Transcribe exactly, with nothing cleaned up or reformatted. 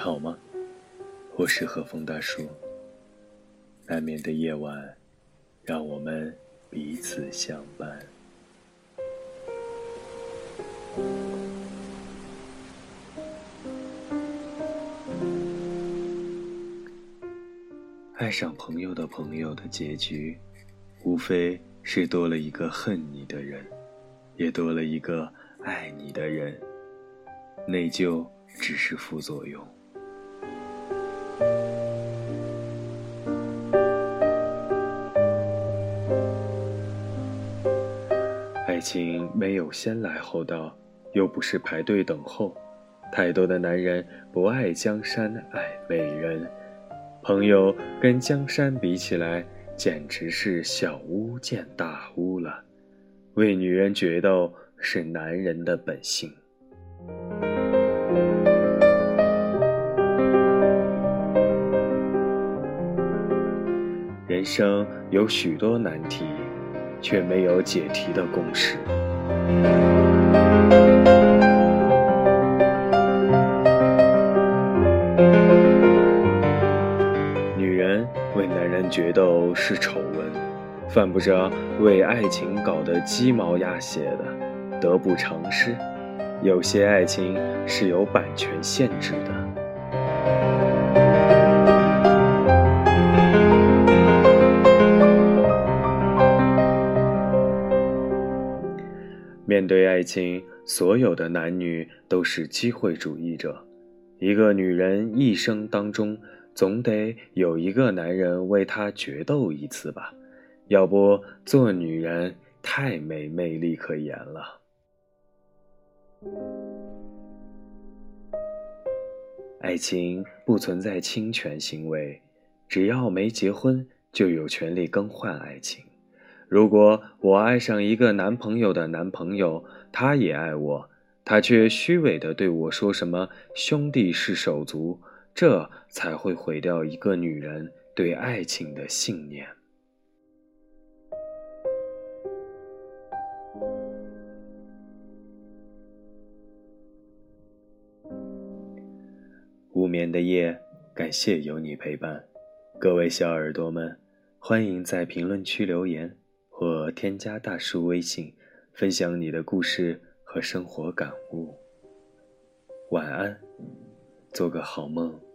好吗？我是和风大叔。难眠的夜晚，让我们彼此相伴。爱上朋友的朋友的结局，无非是多了一个恨你的人，也多了一个爱你的人。内疚只是副作用。爱情没有先来后到，又不是排队等候。太多的男人不爱江山爱美人，朋友跟江山比起来，简直是小巫见大巫了。为女人决斗是男人的本性。人生有许多难题，却没有解题的公式。女人为男人决斗是丑闻，犯不着为爱情搞得鸡毛鸭血的，得不偿失。有些爱情是有版权限制的。面对爱情，所有的男女都是机会主义者。一个女人一生当中，总得有一个男人为她决斗一次吧，要不做女人太没魅力可言了。爱情不存在侵权行为，只要没结婚，就有权利更换爱情。如果我爱上一个男朋友的男朋友，他也爱我，他却虚伪地对我说什么兄弟是手足，这才会毁掉一个女人对爱情的信念。无眠的夜，感谢有你陪伴。各位小耳朵们，欢迎在评论区留言或添加大叔微信，分享你的故事和生活感悟。晚安，做个好梦。